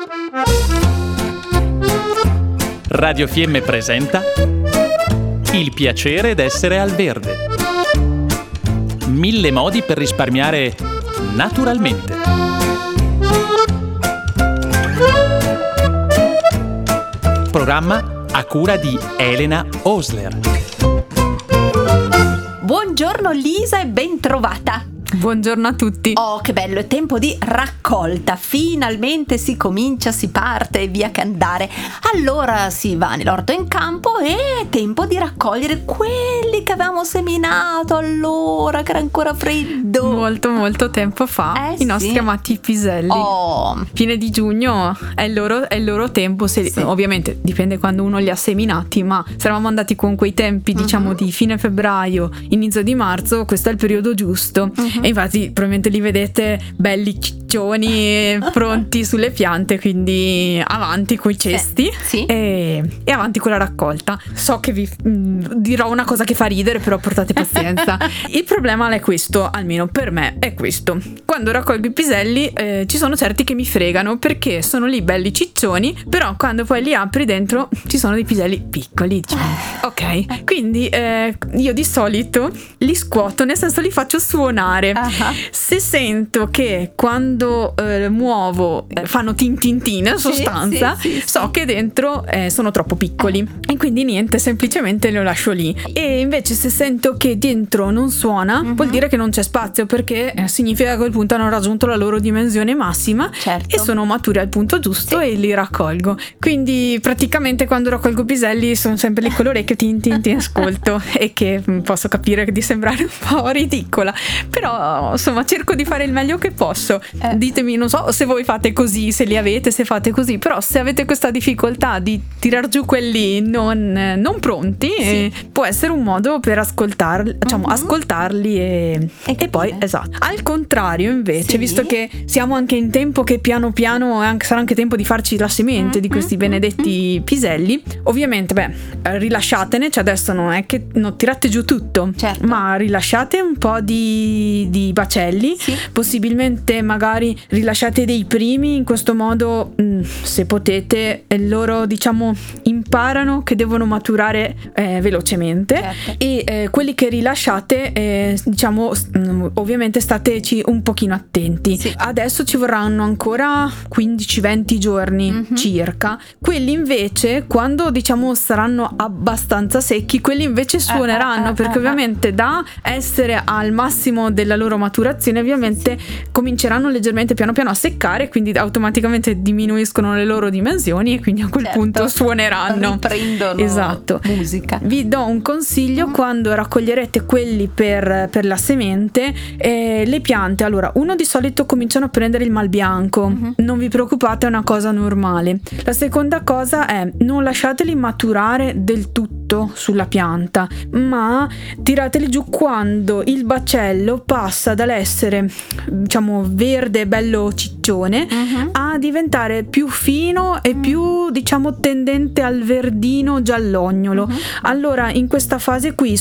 Radio Fiemme presenta Il piacere d'essere al verde. 1000 modi per risparmiare naturalmente. Programma a cura di Elena Osler. Buongiorno Lisa e ben trovata. Buongiorno a tutti. Oh, che bello, è tempo di raccolta. Finalmente si comincia, si parte e via che andare. Allora si va nell'orto in campo e è tempo di raccogliere quelli che avevamo seminato allora, che era ancora freddo. Molto tempo fa, i nostri amati piselli. Oh. Fine di giugno è il loro tempo, ovviamente dipende quando uno li ha seminati, ma se eravamo andati con quei tempi, diciamo di fine febbraio, inizio di marzo, questo è il periodo giusto. E infatti probabilmente li vedete belli ciccioni, pronti sulle piante, quindi avanti coi cesti e avanti con la raccolta. So che vi dirò una cosa che fa ridere, però portate pazienza. Il problema è questo, almeno per me è questo: quando raccolgo i piselli ci sono certi che mi fregano, perché sono lì belli ciccioni, però quando poi li apri dentro ci sono dei piselli piccoli, diciamo. Ok, quindi io di solito li scuoto, nel senso li faccio suonare. Se sento che quando muovo fanno tintintina in sostanza, so che dentro sono troppo piccoli e quindi niente, semplicemente lo lascio lì. E invece se sento che dentro non suona, vuol dire che non c'è spazio, perché significa che a quel punto hanno raggiunto la loro dimensione massima e sono maturi al punto giusto e li raccolgo. Quindi praticamente quando raccolgo piselli sono sempre lì con l'orecchio tintin ascolto, e che posso capire di sembrare un po' ridicola, però insomma cerco di fare il meglio che posso. Ditemi, non so se voi fate così, se li avete, se fate così, però se avete questa difficoltà di tirar giù quelli non pronti, può essere un modo per ascoltarli, diciamo, ascoltarli e poi al contrario invece, visto che siamo anche in tempo che piano piano sarà anche tempo di farci la semente di questi benedetti piselli, ovviamente rilasciatene, cioè adesso non è che non tirate giù tutto, ma rilasciate un po' di bacelli, possibilmente magari rilasciate dei primi, in questo modo se potete loro, diciamo, imparano che devono maturare velocemente, e quelli che rilasciate diciamo ovviamente stateci un pochino attenti. Adesso ci vorranno ancora 15-20 giorni circa. Quelli invece, quando diciamo saranno abbastanza secchi, quelli invece suoneranno, perché ovviamente da essere al massimo della loro maturazione ovviamente cominceranno leggermente piano piano a seccare, quindi automaticamente diminuiscono le loro dimensioni e quindi a quel punto suoneranno, riprendono musica. Vi do un consiglio: quando raccoglierete quelli per la semente, le piante, allora, uno, di solito cominciano a prendere il mal bianco, non vi preoccupate, è una cosa normale. La seconda cosa è: non lasciateli maturare del tutto sulla pianta, ma tirateli giù quando il bacello passa dall'essere, diciamo, verde bello ciccione a diventare più fino e più, diciamo, tendente al verdino giallognolo. Allora in questa fase qui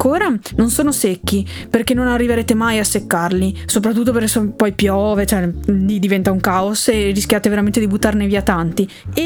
non sono secchi, perché non arriverete mai a seccarli, soprattutto perché poi piove, cioè lì diventa un caos e rischiate veramente di buttarne via tanti,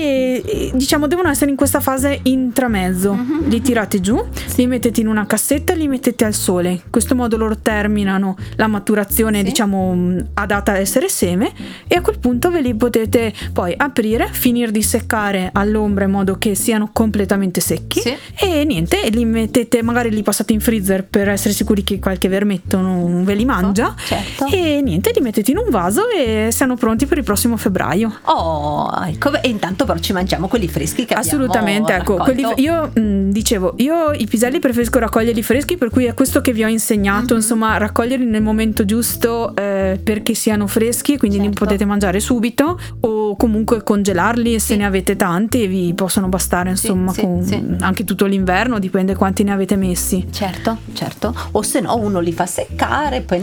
e diciamo devono essere in questa fase intramezzo. Li tirate giù, li mettete in una cassetta e li mettete al sole. In questo modo loro terminano la maturazione, diciamo, adatta ad essere seme, e a quel punto ve li potete poi aprire, finire di seccare all'ombra in modo che siano completamente secchi, e niente, li mettete, magari li passate in freezer per essere sicuri che qualche vermetto non ve li mangia, e niente, li mettete in un vaso e siano pronti per il prossimo febbraio. Ecco, e intanto però ci mangiamo quelli freschi che assolutamente, ecco, io dicevo, io i piselli preferisco raccoglierli freschi, per cui è questo che vi ho insegnato, insomma, raccoglierli nel momento giusto, perché siano freschi, quindi li potete mangiare subito, o comunque congelarli se ne avete tanti e vi possono bastare, insomma, anche tutto l'inverno, dipende quanti ne avete messi. Certo, o se no uno li fa seccare, poi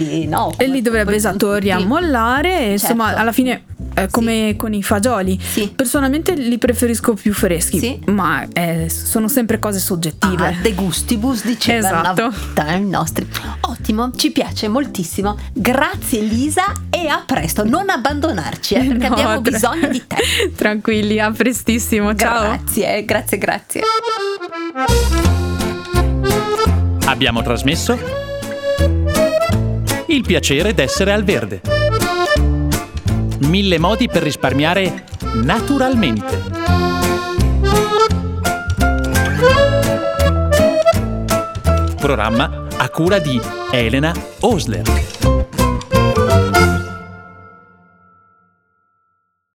li dovrebbe riammollare, e insomma alla fine come con i fagioli. Personalmente li preferisco più freschi, ma sono sempre cose soggettive. De gustibus dicevano Esatto. i nostri. Ottimo, ci piace moltissimo. Grazie Lisa e a presto. Non abbandonarci, perché No, abbiamo bisogno di te. Tranquilli, a prestissimo, ciao. Grazie. Abbiamo trasmesso Il piacere d'essere al verde. 1000 modi per risparmiare naturalmente. Programma a cura di Elena Osler.